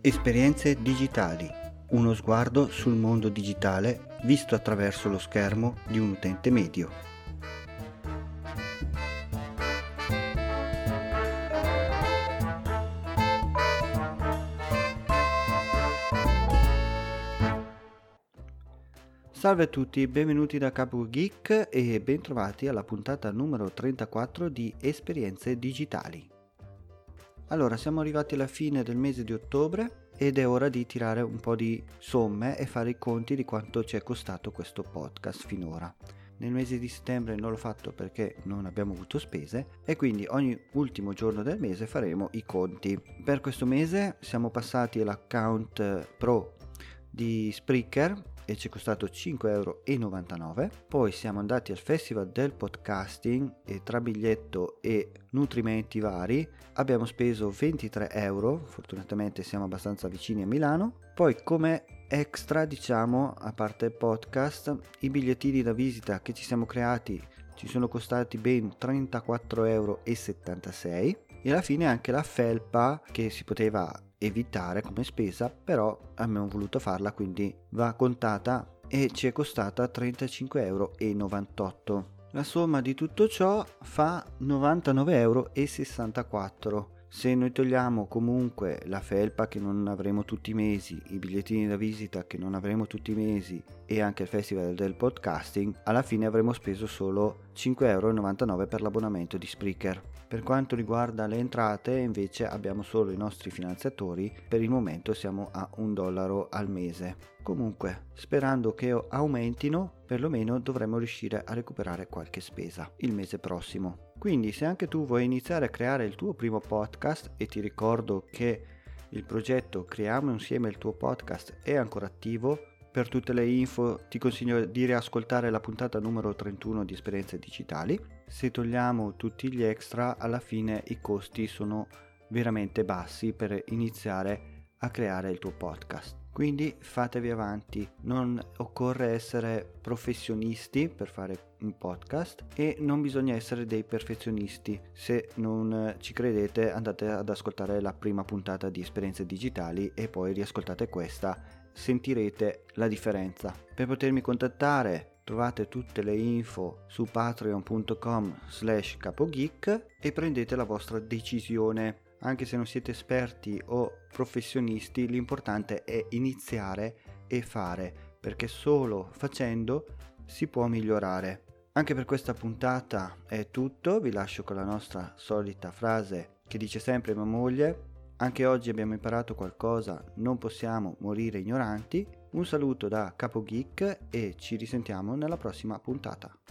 Esperienze digitali, uno sguardo sul mondo digitale visto attraverso lo schermo di un utente medio. Salve a tutti, benvenuti da Capo Geek e bentrovati alla puntata numero 34 di Esperienze digitali. Allora, siamo arrivati alla fine del mese di ottobre ed è ora di tirare un po' di somme e fare i conti di quanto ci è costato questo podcast finora. Nel mese di settembre non l'ho fatto perché non abbiamo avuto spese e quindi ogni ultimo giorno del mese faremo i conti. Per questo mese siamo passati all'account Pro di Spreaker e ci è costato 5,99 €. Poi siamo andati al Festival del Podcasting e tra biglietto e nutrimenti vari abbiamo speso 23 €, fortunatamente siamo abbastanza vicini a Milano. Poi come extra, diciamo, a parte il podcast, i bigliettini da visita che ci siamo creati ci sono costati ben 34,76 € e alla fine anche la felpa che si poteva evitare come spesa, però abbiamo voluto farla, quindi va contata e ci è costata 35,98 €. La somma di tutto ciò fa 99,64 €. Se noi togliamo comunque la felpa che non avremo tutti i mesi, i bigliettini da visita che non avremo tutti i mesi e anche il Festival del Podcasting, alla fine avremo speso solo 5,99 € per l'abbonamento di Spreaker. Per quanto riguarda le entrate, invece, abbiamo solo i nostri finanziatori. Per il momento siamo a $1 al mese. Comunque, sperando che aumentino, perlomeno dovremmo riuscire a recuperare qualche spesa il mese prossimo. Quindi, se anche tu vuoi iniziare a creare il tuo primo podcast, e ti ricordo che il progetto Creiamo insieme il tuo podcast è ancora attivo, per tutte le info ti consiglio di riascoltare la puntata numero 31 di Esperienze digitali. Se togliamo tutti gli extra, alla fine i costi sono veramente bassi per iniziare a creare il tuo podcast. Quindi fatevi avanti, non occorre essere professionisti per fare un podcast e non bisogna essere dei perfezionisti. Se non ci credete, andate ad ascoltare la prima puntata di Esperienze digitali e poi riascoltate questa, sentirete la differenza. Per potermi contattare trovate tutte le info su patreon.com/capogeek e prendete la vostra decisione. Anche se non siete esperti o professionisti, l'importante è iniziare e fare, perché solo facendo si può migliorare. Anche per questa puntata è tutto, vi lascio con la nostra solita frase che dice sempre mia moglie: anche oggi abbiamo imparato qualcosa, non possiamo morire ignoranti. Un saluto da Capo Geek e ci risentiamo nella prossima puntata.